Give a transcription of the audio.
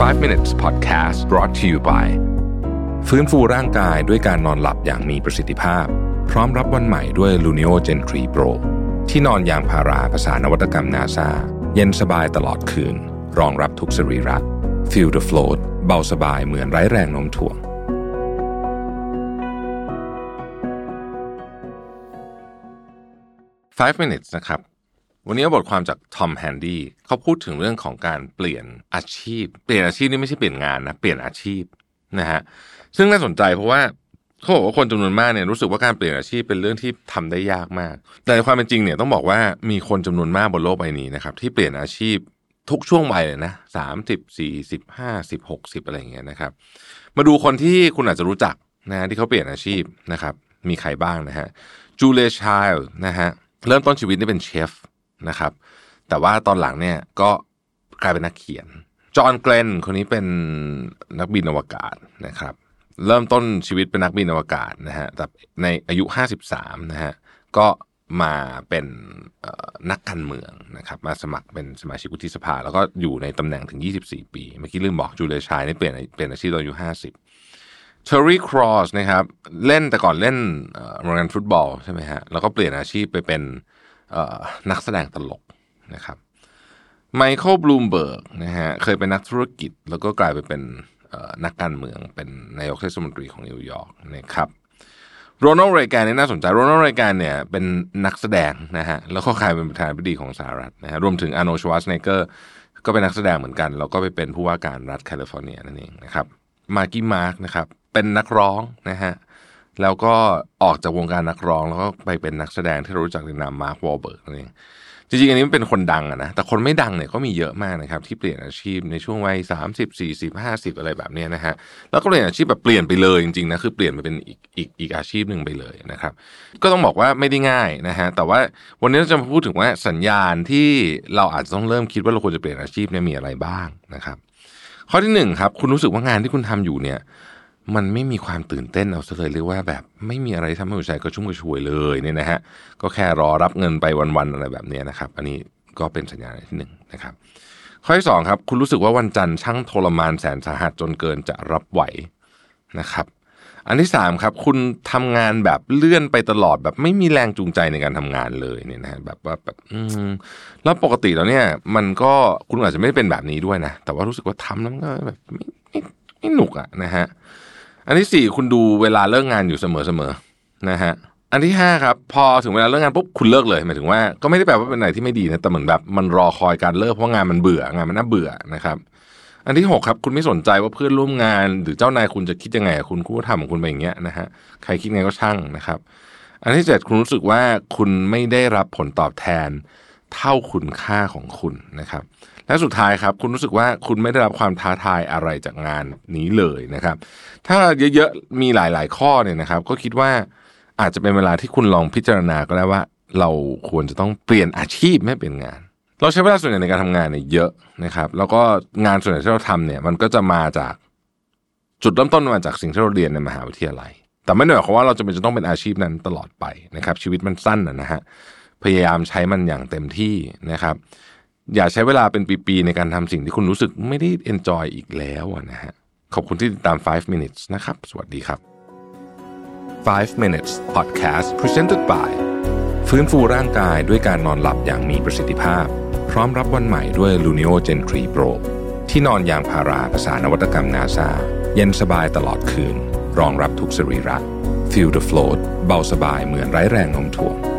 5 minutes podcast brought to you by ฟื้นฟูร่างกายด้วยการนอนหลับอย่างมีประสิทธิภาพพร้อมรับวันใหม่ด้วย Luno Gen 3 Pro ที่นอนยางพาราภาษานวัตกรรม NASA เย็นสบายตลอดคืนรองรับทุกสรีระ Feel the float เบาสบายเหมือนไร้แรงโน้มถ่วง5 minutes นะครับวันนี้บทความจากทอมแฮนดี้เขาพูดถึงเรื่องของการเปลี่ยนอาชีพนี่ไม่ใช่เปลี่ยนงานนะเปลี่ยนอาชีพนะฮะซึ่งน่าสนใจเพราะว่าเขาบอกว่าคนจำนวนมากเนี่ยรู้สึกว่าการเปลี่ยนอาชีพเป็นเรื่องที่ทำได้ยากมากแต่ในความเป็นจริงเนี่ยต้องบอกว่ามีคนจำนวนมากบนโลกใบนี้นะครับที่เปลี่ยนอาชีพทุกช่วงวัยเลยนะ30 40 50 60อะไรอย่างเงี้ยนะครับมาดูคนที่คุณอาจจะรู้จักนะที่เขาเปลี่ยนอาชีพนะครับมีใครบ้างนะฮะจูเลียไชลด์นะฮะเริ่มต้นชีวิตนี่เป็นเชฟนะครับแต่ว่าตอนหลังเนี่ยก็กลายเป็นนักเขียนจอห์นเกลนคนนี้เป็นนักบินอวกาศนะครับเริ่มต้นชีวิตเป็นนักบินอวกาศนะฮะแต่ในอายุ53นะฮะก็มาเป็นนักการเมืองนะครับมาสมัครเป็นสมาชิกวุฒิสภาแล้วก็อยู่ในตำแหน่งถึง24ปีเมื่อกี้ลืมบอกจูเลียไชลด์นี่เปลี่ยนอาชีพตอนอายุ50เทอร์รี่ครอสนะครับแต่ก่อนเล่นโรงเรียนฟุตบอลใช่ไหมฮะแล้วก็เปลี่ยนอาชีพไปเป็นนักแสดงตลกนะครับไมเคิลบลูมเบิร์กนะฮะเคยเป็นนักธุรกิจแล้วก็กลายไปเป็นนักการเมืองเป็นนายกเทศมนตรีของนิวยอร์กนะครับโรนัลด์ เรแกนนี่น่าสนใจโรนัลด์ เรแกนเนี่ยเป็นนักแสดงนะฮะแล้วก็กลายเป็นประธานาธิบดีของสหรัฐนะฮะรวมถึงอาร์โนลด์ ชวาร์ซเนกเกอร์ก็เป็นนักแสดงเหมือนกันแล้วก็ไปเป็นผู้ว่าการรัฐแคลิฟอร์เนียนั่นเองนะครับมาร์กี้มาร์กนะครับเป็นนักร้องนะฮะแล้วก็ออกจากวงการนักร้องแล้วก็ไปเป็นนักแสดงที่เรารู้จักในนามมาร์ควอลเบิร์กนั่นเองจริงๆอันนี้มันเป็นคนดังนะแต่คนไม่ดังเนี่ยก็มีเยอะมากนะครับที่เปลี่ยนอาชีพในช่วงวัย30 40 50อะไรแบบนี้นะฮะแล้วก็เปลี่ยนอาชีพแบบเปลี่ยนไปเลยจริงๆนะคือเปลี่ยนไปเป็นอีกอาชีพหนึ่งไปเลยนะครับก็ต้องบอกว่าไม่ได้ง่ายนะฮะแต่ว่าวันนี้เราจะมาพูดถึงว่าสัญญาณที่เราอาจจะต้องเริ่มคิดว่าเราควรจะเปลี่ยนอาชีพเนี่ยมีอะไรบ้างนะครับข้อที่1ครับคุณรู้สึกว่างานที่คุณทำอยู่เนี่ยมันไม่มีความตื่นเต้นเอาซะเลยเรียกว่าแบบไม่มีอะไรทำให้หัวใจก็ชุ่มกระชวยเลยเนี่ยนะฮะก็แค่รอรับเงินไปวันๆอะไรแบบนี้นะครับอันนี้ก็เป็นสัญญาณที่1นะครับข้อที่2ครับคุณรู้สึกว่าวันจันทร์ช่างทรมานแสนสาหัสจนเกินจะรับไหวนะครับอันที่3ครับคุณทำงานแบบเลื่อนไปตลอดแบบไม่มีแรงจูงใจในการทำงานเลยเนี่ยนะแบบว่าแบบแล้วปกติแล้วเนี่ยมันก็คุณอาจจะไม่ได้เป็นแบบนี้ด้วยนะแต่ว่ารู้สึกว่าทำแล้วมันก็แบบไม่หนุกอะนะฮะอันที่4คุณดูเวลาเลิกงานอยู่เสมอๆนะฮะอันที่5ครับพอถึงเวลาเลิกงานปุ๊บคุณเลิกเลยหมายถึงว่าก็ไม่ได้แปลว่าเป็นอะไรที่ไม่ดีนะแต่เหมือนแบบมันรอคอยการเลิกเพราะงานมันเบื่องานมันน่าเบื่อนะครับอันที่6ครับคุณไม่สนใจว่าเพื่อนร่วมงานหรือเจ้านายคุณจะคิดยังไงคุณก็ทำของคุณไปอย่างเงี้ยนะฮะใครคิดไงก็ช่างนะครับอันที่7คุณรู้สึกว่าคุณไม่ได้รับผลตอบแทนเท่าคุณค่าของคุณนะครับและสุดท้ายครับคุณรู้สึกว่าคุณไม่ได้รับความท้าทายอะไรจากงานนี้เลยนะครับถ้าเยอะๆมีหลายๆข้อเนี่ยนะครับก็คิดว่าอาจจะเป็นเวลาที่คุณลองพิจารณาก็ได้ว่าเราควรจะต้องเปลี่ยนอาชีพไม่เป็นงานเราใช้เวลาส่วนใหญ่ในการทำงานเนี่ยเยอะนะครับแล้วก็งานส่วนใหญ่ที่เราทำเนี่ยมันก็จะมาจากจุดเริ่มต้นมาจากสิ่งที่เราเรียนในมหาวิทยาลัยแต่ไม่ได้หมายความว่าเราจะต้องเป็นอาชีพนั้นตลอดไปนะครับชีวิตมันสั้นนะฮะพยายามใช้มันอย่างเต็มที่นะครับอย่าใช้เวลาเป็นปีๆในการทำสิ่งที่คุณรู้สึกไม่ได้ enjoy อีกแล้วนะฮะขอบคุณที่ติดตาม5 minutes นะครับสวัสดีครับ5 minutes podcast presented by ฟื้นฟูร่างกายด้วยการนอนหลับอย่างมีประสิทธิภาพพร้อมรับวันใหม่ด้วย Luno Gen 3 Pro ที่นอนยางพาราภาษานวัตกรรม NASA เย็นสบายตลอดคืนรองรับทุกสรีระ Feel the float เบาสบายเหมือนไร้แรงโน้มถ่วง